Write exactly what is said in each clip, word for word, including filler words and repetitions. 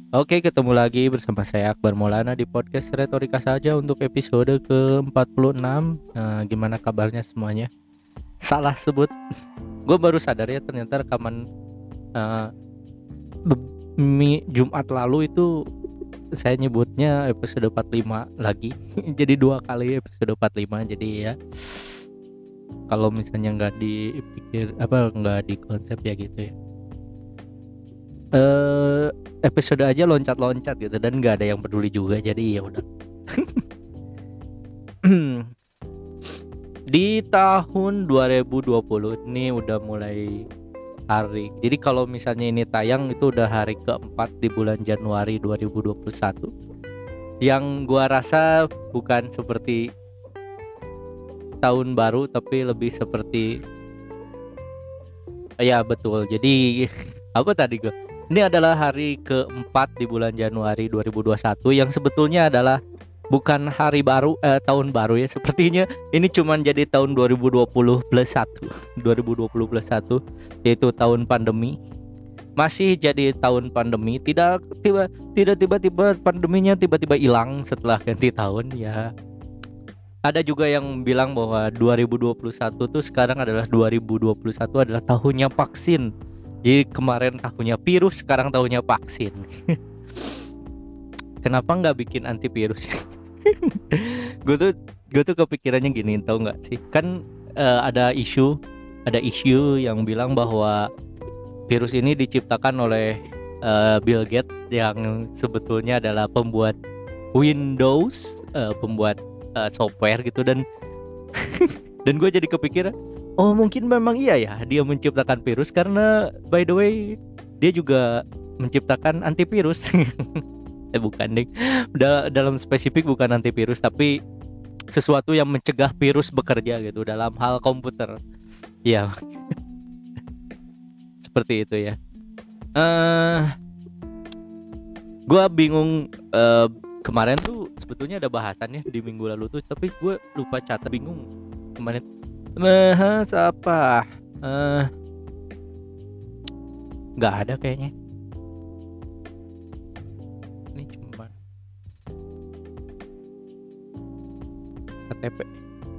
Oke, ketemu lagi bersama saya Akbar Maulana di podcast Retorika Saja untuk episode ke empat puluh enam. Nah, gimana kabarnya semuanya? Salah sebut. Gue baru sadar ya ternyata rekaman uh, be- mi- Jumat lalu itu saya nyebutnya episode empat puluh lima lagi. Jadi dua kali episode empat puluh lima. Jadi ya kalau misalnya nggak dipikir apa nggak di konsep ya gitu ya. Eh episode aja loncat-loncat gitu dan nggak ada yang peduli juga, jadi ya udah. Di tahun dua ribu dua puluh ini udah mulai hari. Jadi kalau misalnya ini tayang itu udah hari keempat di bulan Januari dua ribu dua puluh satu. Yang gua rasa bukan seperti tahun baru tapi lebih seperti ya betul. Jadi apa tadi gua? Ini adalah hari keempat di bulan Januari dua ribu dua puluh satu yang sebetulnya adalah bukan hari baru, eh, tahun baru ya. Sepertinya ini cuma jadi tahun dua ribu dua puluh plus satu. dua ribu dua puluh plus satu yaitu tahun pandemi. Masih jadi tahun pandemi, tidak tiba tidak tiba-tiba pandeminya tiba-tiba hilang setelah ganti tahun ya. Ada juga yang bilang bahwa dua ribu dua puluh satu tuh sekarang adalah dua ribu dua puluh satu adalah tahunnya vaksin. Jadi kemarin tahunnya virus, sekarang tahunnya vaksin. Kenapa nggak bikin antivirus? gue tuh gue tuh kepikirannya gini, tau nggak sih? Kan eh, ada isu ada isu yang bilang bahwa virus ini diciptakan oleh eh, Bill Gates yang sebetulnya adalah pembuat Windows, eh, pembuat eh, software gitu. Dan dan gue jadi kepikiran, oh mungkin memang iya ya dia menciptakan virus karena by the way dia juga menciptakan antivirus. eh bukan deh, udah dalam spesifik bukan antivirus tapi sesuatu yang mencegah virus bekerja gitu dalam hal komputer ya. Seperti itu ya. eh gue bingung. eh Kemarin tuh sebetulnya ada bahasannya di minggu lalu tuh tapi gue lupa catat, bingung kemarin bahas apa. eh nggak ada kayaknya, ini cuma K T P.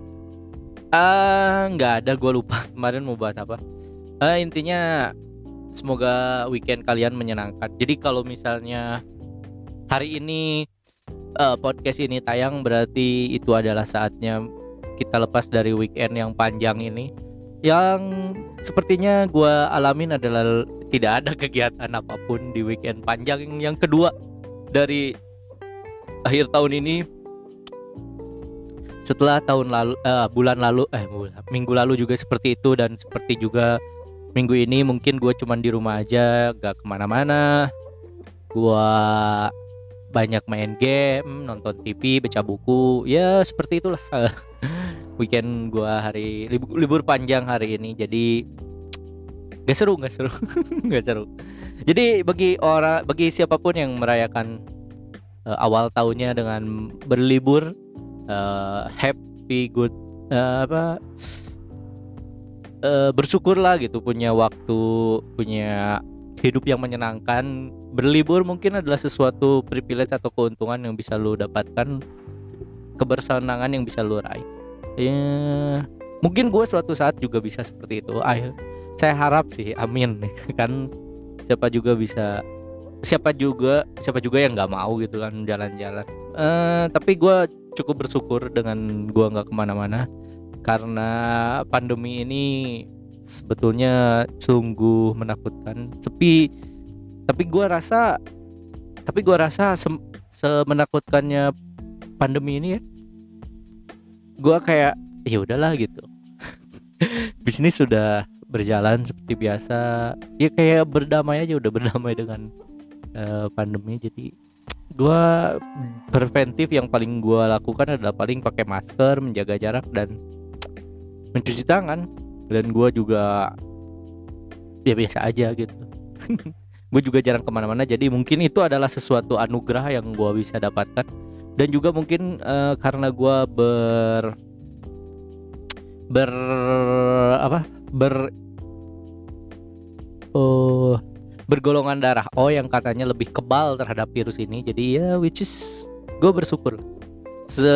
Ah nggak ada, gue lupa kemarin mau bahas apa. Eh intinya semoga weekend kalian menyenangkan. Jadi kalau misalnya hari ini eh, podcast ini tayang, berarti itu adalah saatnya kita lepas dari weekend yang panjang ini. Yang sepertinya gue alamin adalah tidak ada kegiatan apapun di weekend panjang yang kedua dari akhir tahun ini. Setelah tahun lalu, eh, bulan lalu, eh bulan, minggu lalu juga seperti itu, dan seperti juga minggu ini mungkin gue cuman di rumah aja, gak kemana-mana. Gue banyak main game, nonton T V, baca buku, ya seperti itulah. Weekend gue hari libur, libur panjang hari ini, jadi gak seru, gak seru, gak seru. Jadi bagi orang, bagi siapapun yang merayakan eh, awal tahunnya dengan berlibur, eh, happy good, eh, apa eh, bersyukurlah gitu, punya waktu, punya hidup yang menyenangkan. Berlibur mungkin adalah sesuatu privilege atau keuntungan yang bisa lu dapatkan, kebersenangan yang bisa lu raih. Ya, mungkin gue suatu saat juga bisa seperti itu. Ayo, saya harap sih, amin. Kan siapa juga bisa, siapa juga siapa juga yang nggak mau gitu kan jalan-jalan. Eh, tapi gue cukup bersyukur dengan gue nggak kemana-mana karena pandemi ini sebetulnya sungguh menakutkan, sepi. Tapi gue rasa, tapi gue rasa sem- semenakutkannya pandemi ini ya, gue kayak ya udahlah gitu. Bisnis sudah berjalan seperti biasa, ya kayak berdamai aja, udah berdamai dengan eh, pandemi. Jadi gue preventif yang paling gue lakukan adalah paling pakai masker, menjaga jarak, dan mencuci tangan. Dan gue juga ya biasa aja gitu. Gue juga jarang kemana-mana, jadi mungkin itu adalah sesuatu anugerah yang gue bisa dapatkan. Dan juga mungkin eh, karena gue ber ber apa ber oh bergolongan darah O yang katanya lebih kebal terhadap virus ini. Jadi ya which is gue bersyukur se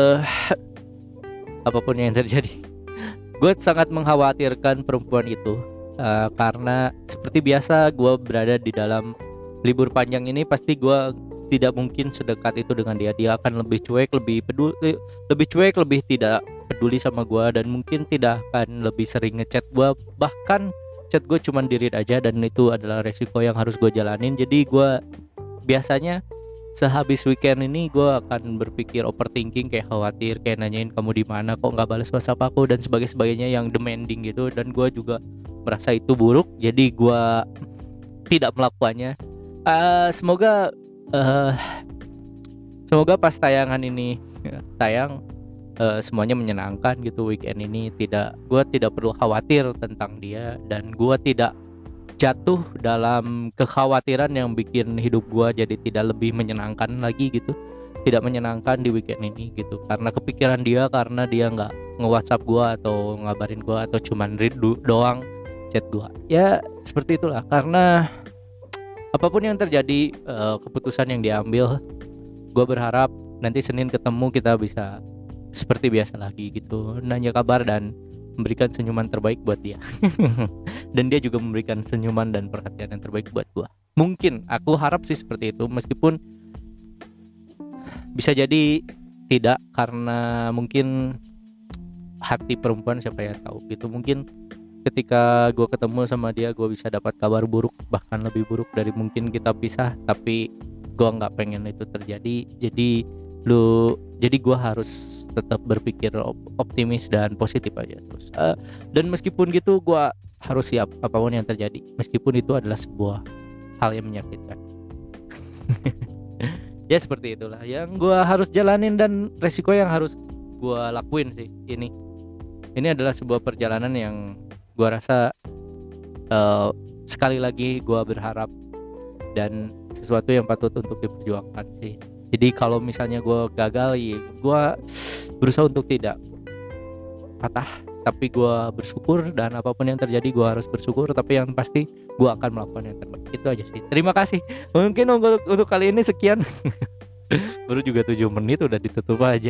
apapun yang terjadi. Gue sangat mengkhawatirkan perempuan itu uh, karena seperti biasa gue berada di dalam libur panjang ini, pasti gue tidak mungkin sedekat itu dengan dia. Dia akan lebih cuek, lebih peduli, lebih cuek, lebih tidak peduli sama gue, dan mungkin tidak akan lebih sering ngechat gue. Bahkan chat gue cuma di-read aja, dan itu adalah resiko yang harus gue jalanin. Jadi gue biasanya sehabis weekend ini gue akan berpikir overthinking, kayak khawatir, kayak nanyain kamu di mana, kok nggak balas WhatsApp aku, dan sebagainya yang demanding gitu. Dan gue juga merasa itu buruk, jadi gue tidak melakukannya. Uh, semoga uh, semoga pas tayangan ini tayang uh, semuanya menyenangkan gitu weekend ini. Tidak, gue tidak perlu khawatir tentang dia, dan gue tidak jatuh dalam kekhawatiran yang bikin hidup gue jadi tidak lebih menyenangkan lagi gitu. Tidak menyenangkan di weekend ini gitu, karena kepikiran dia, karena dia nggak nge-WhatsApp gue atau ngabarin gue, atau cuman read do- doang chat gue. Ya seperti itulah, karena apapun yang terjadi, uh, keputusan yang diambil, gue berharap nanti Senin ketemu kita bisa seperti biasa lagi gitu, nanya kabar dan memberikan senyuman terbaik buat dia. Dan dia juga memberikan senyuman dan perhatian yang terbaik buat gue. Mungkin aku harap sih seperti itu, meskipun bisa jadi tidak, karena mungkin hati perempuan siapa yang tahu gitu. Mungkin ketika gue ketemu sama dia, gue bisa dapat kabar buruk, bahkan lebih buruk dari mungkin kita pisah. Tapi gue nggak pengen itu terjadi. Jadi lu, jadi gue harus tetap berpikir op- optimis dan positif aja terus. Uh, dan meskipun gitu, gue harus siap apapun yang terjadi, meskipun itu adalah sebuah hal yang menyakitkan. Ya seperti itulah yang gue harus jalanin, dan resiko yang harus gue lakuin sih. Ini, ini adalah sebuah perjalanan yang gue rasa uh, sekali lagi gue berharap, dan sesuatu yang patut untuk diperjuangkan sih. Jadi kalau misalnya gue gagal, ya gue berusaha untuk tidak patah, tapi gue bersyukur, dan apapun yang terjadi gue harus bersyukur. Tapi yang pasti gue akan melakukan yang terbaik. Itu aja sih. Terima kasih. Mungkin untuk, untuk kali ini sekian. Baru juga tujuh menit udah ditutup aja.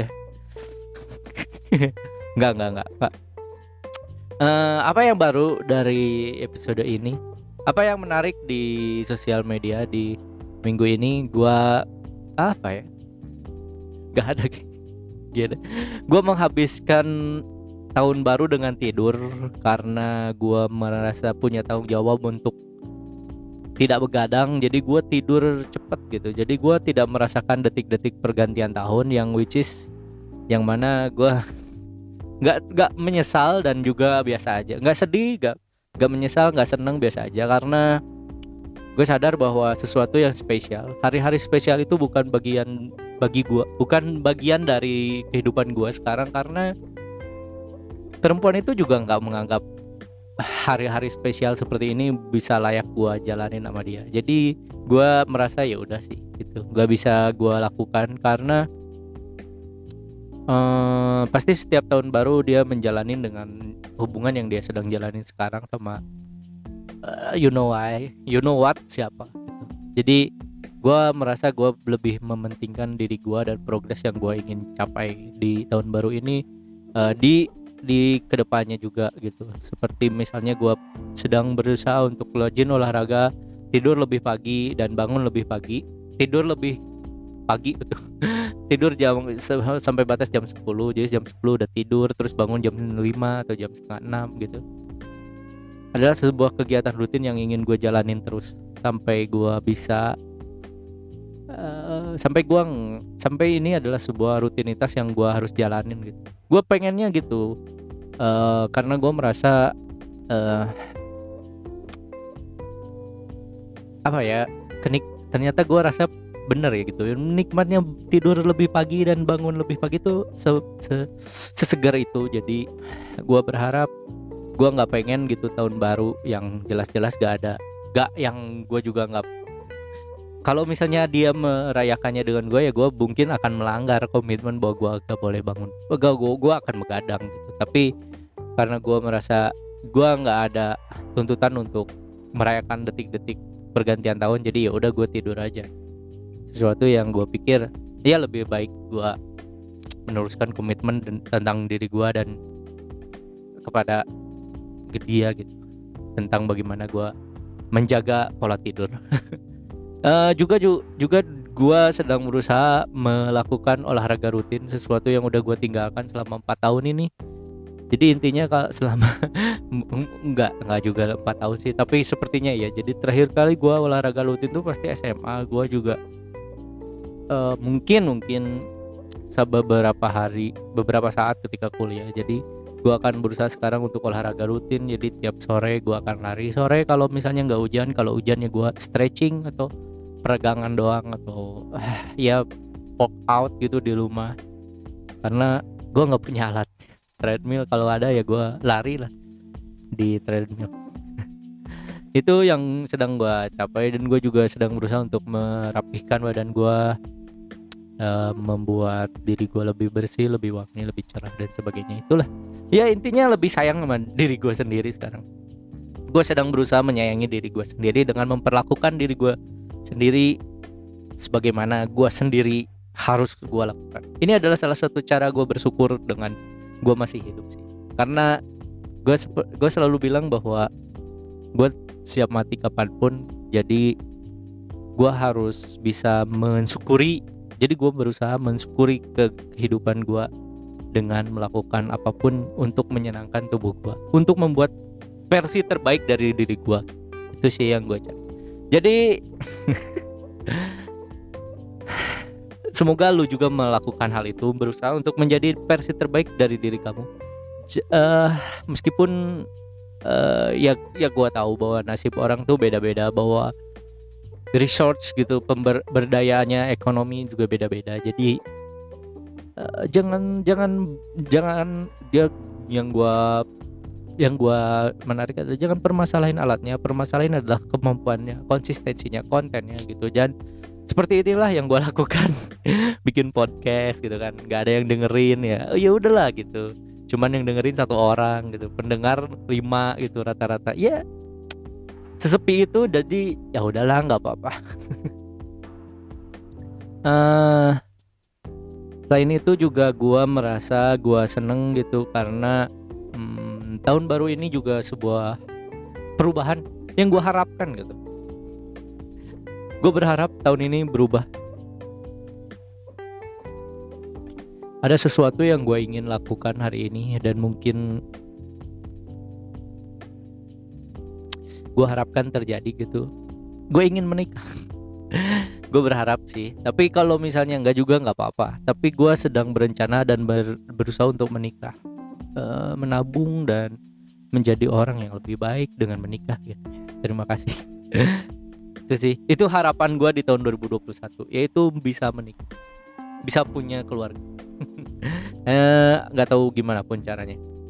Enggak, enggak, enggak, enggak. Uh, apa yang baru dari episode ini? Apa yang menarik di sosial media di minggu ini? Gua apa ya? Gak ada gitu. Gua menghabiskan tahun baru dengan tidur, karena gua merasa punya tanggung jawab untuk tidak begadang. Jadi gua tidur cepet gitu. Jadi gua tidak merasakan detik-detik pergantian tahun, yang which is yang mana gua nggak nggak menyesal, dan juga biasa aja, nggak sedih, nggak nggak menyesal, nggak seneng, biasa aja. Karena gue sadar bahwa sesuatu yang spesial, hari-hari spesial itu bukan bagian bagi gue, bukan bagian dari kehidupan gue sekarang, karena perempuan itu juga nggak menganggap hari-hari spesial seperti ini bisa layak gue jalanin sama dia. Jadi gue merasa ya udah sih gitu, nggak bisa gue lakukan, karena Uh, pasti setiap tahun baru dia menjalani dengan hubungan yang dia sedang jalanin sekarang sama uh, you know why, you know what, siapa gitu. Jadi gue merasa gue lebih mementingkan diri gue dan progres yang gue ingin capai di tahun baru ini, uh, di di kedepannya juga gitu. Seperti misalnya gue sedang berusaha untuk rajin olahraga, tidur lebih pagi dan bangun lebih pagi, tidur lebih pagi betul. Tidur jam sampai batas jam sepuluh, jadi jam sepuluh udah tidur, terus bangun jam lima atau jam setengah enam gitu. Adalah sebuah kegiatan rutin yang ingin gue jalanin terus sampai gue bisa uh, sampai gue sampai ini adalah sebuah rutinitas yang gue harus jalanin gitu. Gue pengennya gitu, uh, karena gue merasa uh, apa ya, kenik ternyata gue rasa bener ya gitu, nikmatnya tidur lebih pagi dan bangun lebih pagi tuh se, se, sesegar itu. Jadi gue berharap, gue nggak pengen gitu tahun baru yang jelas-jelas gak ada, gak yang gue juga nggak, kalau misalnya dia merayakannya dengan gue, ya gue mungkin akan melanggar komitmen bahwa gue gak boleh bangun, gue gue, gue akan begadang gitu. Tapi karena gue merasa gue nggak ada tuntutan untuk merayakan detik-detik pergantian tahun, jadi ya udah gue tidur aja. Sesuatu yang gue pikir ya lebih baik gue meneruskan komitmen den- tentang diri gue dan kepada dia gitu, tentang bagaimana gue menjaga pola tidur. Eh, juga ju- juga gue sedang berusaha melakukan olahraga rutin, sesuatu yang udah gue tinggalkan selama empat tahun ini. Jadi intinya kalau selama enggak enggak juga empat tahun sih, tapi sepertinya ya. Jadi terakhir kali gue olahraga rutin tuh pasti S M A. Gue juga eh, mungkin mungkin beberapa hari, beberapa saat ketika kuliah. Jadi gue akan berusaha sekarang untuk olahraga rutin. Jadi tiap sore gue akan lari sore kalau misalnya nggak hujan. Kalau hujan ya gue stretching atau peregangan doang, atau uh, ya workout gitu di rumah, karena gue nggak punya alat treadmill. Kalau ada ya gue lari lah di treadmill. Itu yang sedang gue capai, dan gue juga sedang berusaha untuk merapihkan badan gue, uh, membuat diri gue lebih bersih, lebih wangi, lebih cerah dan sebagainya. Itulah ya, intinya lebih sayang sama diri gue sendiri sekarang. Gue sedang berusaha menyayangi diri gue sendiri dengan memperlakukan diri gue sendiri sebagaimana gue sendiri harus gue lakukan. Ini adalah salah satu cara gue bersyukur dengan gue masih hidup sih, karena gue gue selalu bilang bahwa gue siap mati kapanpun. Jadi gue harus bisa mensyukuri. Jadi gue berusaha mensyukuri ke kehidupan gue dengan melakukan apapun untuk menyenangkan tubuh gue, untuk membuat versi terbaik dari diri gue. Itu sih yang gue cari. Jadi semoga lu juga melakukan hal itu, berusaha untuk menjadi versi terbaik dari diri kamu. J- uh, meskipun uh, ya ya gue tahu bahwa nasib orang tuh beda-beda, bahwa research gitu, pemberdayanya ekonomi juga beda-beda. Jadi uh, jangan jangan jangan dia yang gue yang gue menarik adalah jangan permasalahin alatnya, permasalahin adalah kemampuannya, konsistensinya, kontennya gitu. Dan seperti inilah yang gue lakukan. Bikin podcast gitu kan, nggak ada yang dengerin ya, oh, ya udahlah gitu. Cuman yang dengerin satu orang gitu, pendengar lima gitu rata-rata. Ya sesepi itu, jadi ya udahlah, nggak apa-apa. uh, selain itu juga gue merasa gue seneng gitu, karena hmm, tahun baru ini juga sebuah perubahan yang gue harapkan gitu. Gue berharap tahun ini berubah. Ada sesuatu yang gue ingin lakukan hari ini, dan mungkin gue harapkan terjadi gitu. Gue ingin menikah. Gue berharap sih. Tapi kalau misalnya enggak juga nggak apa-apa. Tapi gue sedang berencana dan ber- berusaha untuk menikah, uh, menabung dan menjadi orang yang lebih baik dengan menikah gitu. Terima kasih. Itu sih, itu harapan gue di tahun dua ribu dua puluh satu, yaitu bisa menikah, bisa punya keluarga. Nggak eh, tahu gimana pun caranya.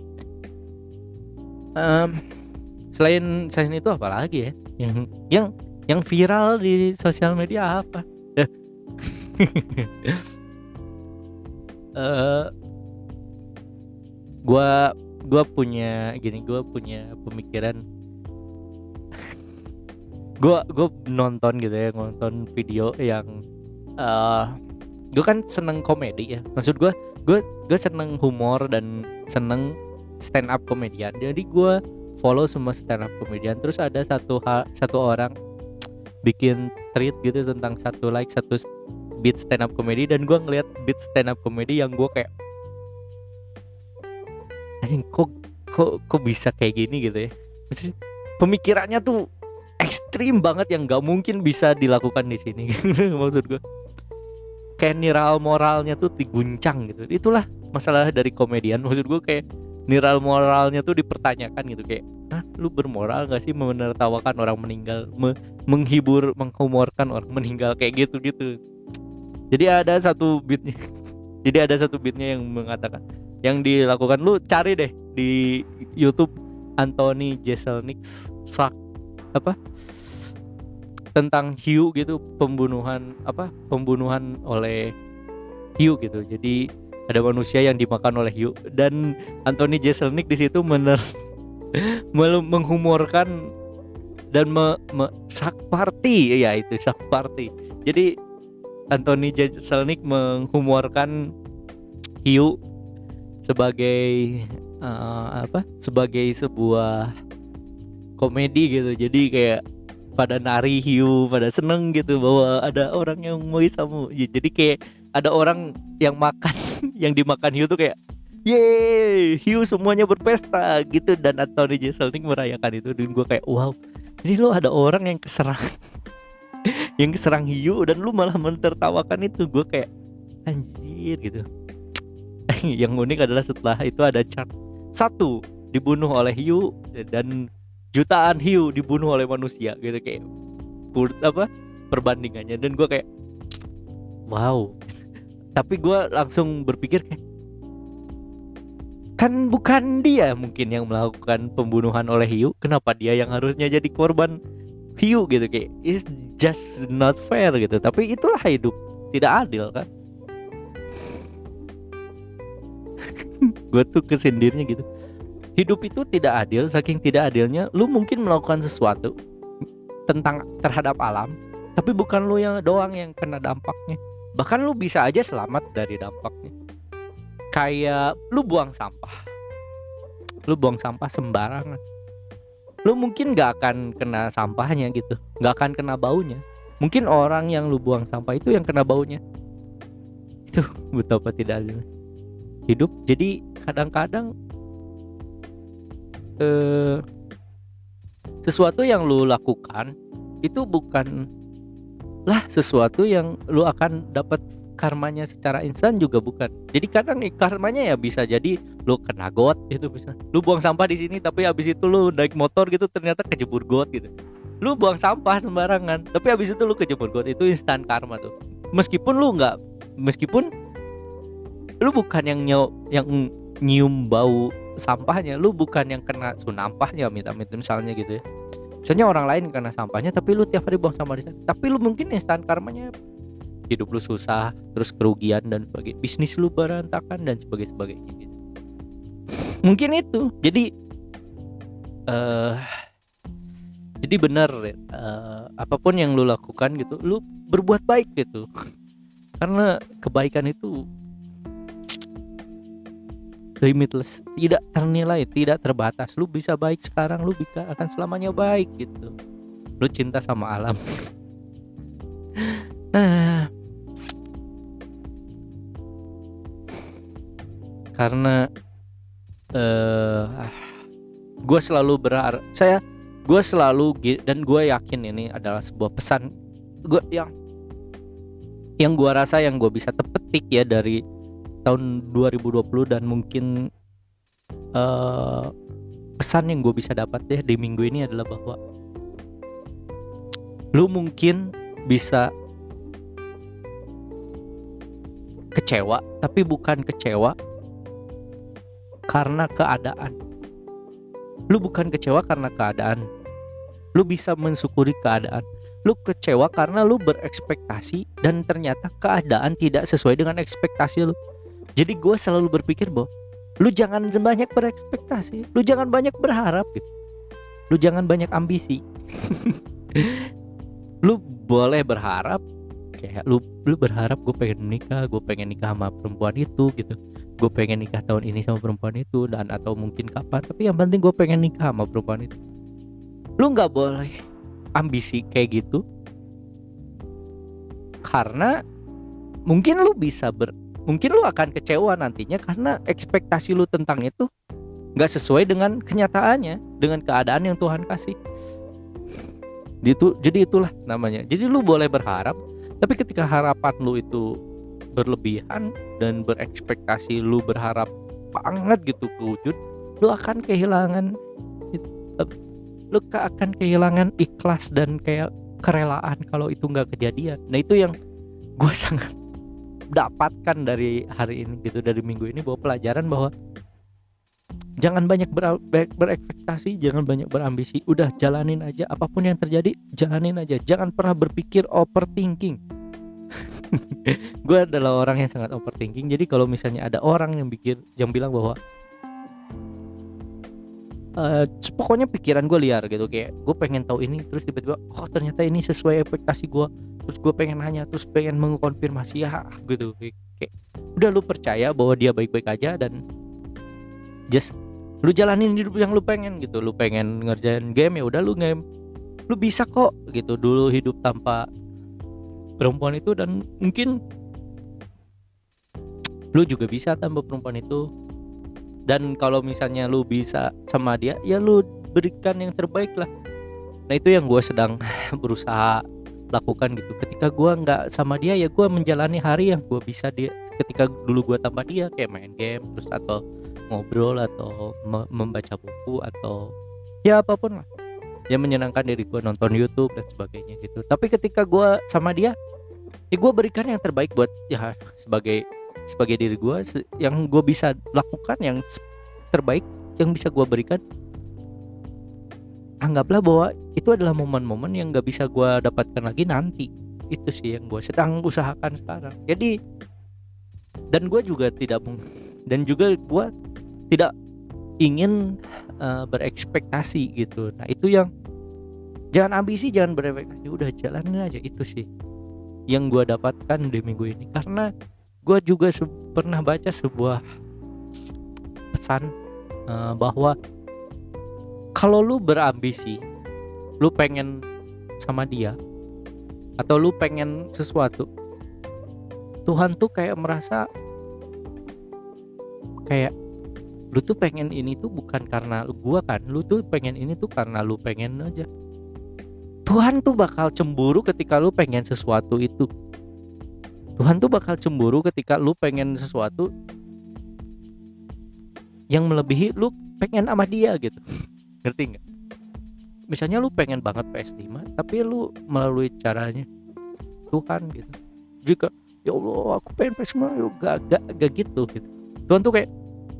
Um, selain selain itu apa lagi ya yang yang yang viral di sosial media apa? uh, gue gue punya gini, gue punya pemikiran. gue gue nonton gitu ya, nonton video yang uh, gue kan seneng komedi ya, maksud gue gue gue seneng humor dan seneng stand up komedian. Jadi gue follow semua stand up komedian. Terus ada satu hal, satu orang bikin tweet gitu tentang satu like satu beat stand up komedi, dan gue ngeliat beat stand up komedi yang gue kayak, anjing, kok kok kok bisa kayak gini gitu ya. Maksudnya, pemikirannya tuh ekstrim banget yang nggak mungkin bisa dilakukan di sini. Maksud gue kayak niral moralnya tuh diguncang gitu. Itulah masalah dari komedian. Maksud gue kayak niral moralnya tuh dipertanyakan gitu, kayak, ah, lu bermoral nggak sih menertawakan orang meninggal, me- menghibur, menghumorkan orang meninggal kayak gitu-gitu. Jadi ada satu beatnya. Jadi ada satu beatnya yang mengatakan, yang dilakukan, lu cari deh di YouTube, Anthony Jeselnik sak apa tentang hiu gitu, pembunuhan apa pembunuhan oleh hiu gitu. Jadi ada manusia yang dimakan oleh hiu, dan Anthony Jeselnik di situ mener menghumorkan dan me, me Sakparti, ya itu Sakparti. Jadi Anthony Jeselnik menghumorkan hiu sebagai uh, apa? Sebagai sebuah komedi gitu. Jadi kayak pada nari hiu, pada seneng gitu bahwa ada orang yang mau isamu. Jadi kayak ada orang yang makan, yang dimakan hiu tuh kayak yeay, hiu semuanya berpesta gitu. Dan Anthony Jeselnik merayakan itu. Dan gue kayak wow, jadi lo ada orang yang keserang yang keserang hiu dan lu malah mentertawakan itu. Gue kayak anjir gitu. Yang unik adalah setelah itu ada chart satu dibunuh oleh hiu dan jutaan hiu dibunuh oleh manusia gitu, kayak apa perbandingannya. Dan gue kayak wow. Tapi gue langsung berpikir kayak kan bukan dia mungkin yang melakukan pembunuhan oleh hiu, kenapa dia yang harusnya jadi korban hiu gitu. Kayak it's just not fair gitu. Tapi itulah hidup, tidak adil kan. Gue tuh kesindirnya gitu. Hidup itu tidak adil, saking tidak adilnya lu mungkin melakukan sesuatu tentang terhadap alam, tapi bukan lu yang doang yang kena dampaknya. Bahkan lu bisa aja selamat dari dampaknya. Kayak lu buang sampah, lu buang sampah sembarangan, lu mungkin gak akan kena sampahnya gitu, gak akan kena baunya. Mungkin orang yang lu buang sampah itu yang kena baunya. Itu betapa tidak adil hidup. Jadi kadang-kadang eh, sesuatu yang lu lakukan itu bukanlah sesuatu yang lu akan dapat karmanya secara instan, juga bukan. Jadi kadang nih karmanya ya bisa jadi lu kena got, itu bisa. Lu buang sampah di sini tapi habis itu lu naik motor gitu ternyata kejebur got gitu. Lu buang sampah sembarangan tapi habis itu lu kejebur got, itu instan karma tuh. Meskipun lu nggak, meskipun lu bukan yang nyew, yang nyium bau sampahnya, lu bukan yang kena sunampahnya, amit-amit misalnya gitu ya. Misalnya orang lain kena sampahnya tapi lu tiap hari buang sampah di sana, tapi lu mungkin instan karmanya hidup lu susah, terus kerugian dan sebagainya, bisnis lu berantakan dan sebagainya sebagainya gitu. Mungkin itu. Jadi uh, jadi benar uh, apapun yang lu lakukan gitu, lu berbuat baik gitu. Karena kebaikan itu limitless, tidak ternilai, tidak terbatas. Lu bisa baik sekarang, lu bisa akan selamanya baik gitu. Lu cinta sama alam. Nah, karena uh, gue selalu berharap, saya gue selalu dan gue yakin ini adalah sebuah pesan gue yang yang gue rasa yang gue bisa petik ya dari tahun dua ribu dua puluh, dan mungkin uh, pesan yang gue bisa dapat ya di minggu ini adalah bahwa lu mungkin bisa kecewa, tapi bukan kecewa karena keadaan. Lu bukan kecewa karena keadaan. Lu bisa mensyukuri keadaan. Lu kecewa karena lu berekspektasi dan ternyata keadaan tidak sesuai dengan ekspektasi lu. Jadi gue selalu berpikir bahwa lu jangan banyak berekspektasi, lu jangan banyak berharap gitu. Lu jangan banyak ambisi. Lu boleh berharap, kayak lu lu berharap gue pengen menikah, gue pengen nikah sama perempuan itu gitu. Gue pengen nikah tahun ini sama perempuan itu, dan atau mungkin kapan, tapi yang penting gue pengen nikah sama perempuan itu. Lu nggak boleh ambisi kayak gitu, karena mungkin lu bisa ber mungkin lu akan kecewa nantinya karena ekspektasi lu tentang itu nggak sesuai dengan kenyataannya, dengan keadaan yang Tuhan kasih. Itu, jadi itulah namanya. Jadi lu boleh berharap, tapi ketika harapan lu itu berlebihan dan berekspektasi lu berharap banget gitu ke wujud, lu akan kehilangan lu akan kehilangan ikhlas dan kayak kerelaan kalau itu nggak kejadian. Nah itu yang gue sangat dapatkan dari hari ini gitu, dari minggu ini, bahwa pelajaran bahwa jangan banyak ber- berekspektasi, jangan banyak berambisi, udah jalanin aja apapun yang terjadi, jalanin aja, jangan pernah berpikir overthinking. Gue adalah orang yang sangat overthinking. Jadi kalau misalnya ada orang yang pikir, yang bilang bahwa uh, pokoknya pikiran gue liar gitu, kayak gue pengen tahu ini, terus tiba-tiba oh ternyata ini sesuai ekspektasi gue, terus gue pengen nanya, terus pengen mengkonfirmasi ya gitu. Kayak udah lu percaya bahwa dia baik-baik aja dan just lu jalanin hidup yang lu pengen gitu. Lu pengen ngerjain game, ya udah lu game, lu bisa kok gitu dulu hidup tanpa perempuan itu, dan mungkin lu juga bisa tanpa perempuan itu. Dan kalau misalnya lu bisa sama dia, ya lu berikan yang terbaik lah. Nah itu yang gue sedang berusaha lakukan gitu. Ketika gue nggak sama dia, ya gue menjalani hari yang gue bisa dia ketika dulu gue tanpa dia, kayak main game terus, atau ngobrol, atau me- membaca buku, atau ya apapun lah yang menyenangkan diri gue, nonton YouTube dan sebagainya gitu. Tapi ketika gue sama dia, ya gue berikan yang terbaik buat ya sebagai sebagai diri gue, yang gue bisa lakukan yang terbaik yang bisa gue berikan. Anggaplah bahwa itu adalah momen-momen yang gak bisa gue dapatkan lagi nanti. Itu sih yang gue sedang usahakan sekarang. Jadi, dan gue juga tidak dan juga gue tidak ingin uh, berekspektasi gitu. Nah itu yang, jangan ambisi, jangan berekspektasi, udah jalanin aja. Itu sih yang gue dapatkan di minggu ini. Karena gue juga se- pernah baca sebuah pesan uh, bahwa kalau lu berambisi, lu pengen sama dia, atau lu pengen sesuatu, Tuhan tuh kayak merasa kayak lu tuh pengen ini tuh bukan karena gua kan, lu tuh pengen ini tuh karena lu pengen aja. Tuhan tuh bakal cemburu ketika lu pengen sesuatu itu. Tuhan tuh bakal cemburu ketika lu pengen sesuatu yang melebihi lu pengen sama dia gitu. Ngerti nggak? Misalnya lu pengen banget P S lima, tapi lu melalui caranya Tuhan gitu. Jika ya Allah aku pengen P S lima, yuk gak, gak, gak gitu gitu. Tuhan tuh kayak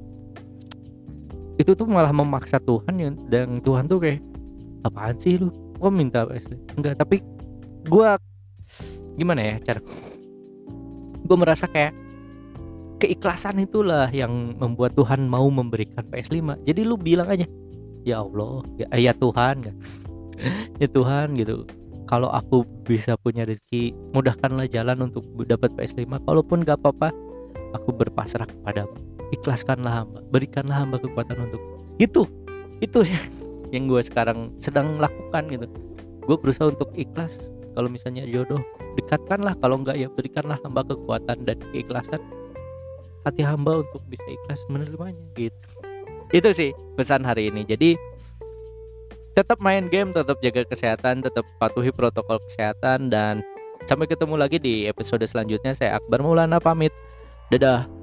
itu tuh malah memaksa Tuhan ya, dan Tuhan tuh kayak apaan sih lu? Gua minta P S lima. Enggak, tapi gua gimana ya cara? Gue merasa kayak keikhlasan itulah yang membuat Tuhan mau memberikan P S lima. Jadi lu bilang aja, ya Allah, ya, ya Tuhan, ya Tuhan gitu. Kalau aku bisa punya rezeki, mudahkanlah jalan untuk dapat P S lima. Kalaupun gak apa-apa, aku berpasrah kepadamu. Ikhlaskanlah hamba, berikanlah hamba kekuatan untuk gitu. Itu yang gue sekarang sedang lakukan gitu. Gue berusaha untuk ikhlas. Kalau misalnya jodoh, dekatkanlah. Kalau enggak, ya berikanlah hamba kekuatan dan keikhlasan hati hamba untuk bisa ikhlas menerimanya gitu. Itu sih pesan hari ini. Jadi tetap main game, tetap jaga kesehatan, tetap patuhi protokol kesehatan, dan sampai ketemu lagi di episode selanjutnya. Saya Akbar Maulana pamit. Dadah.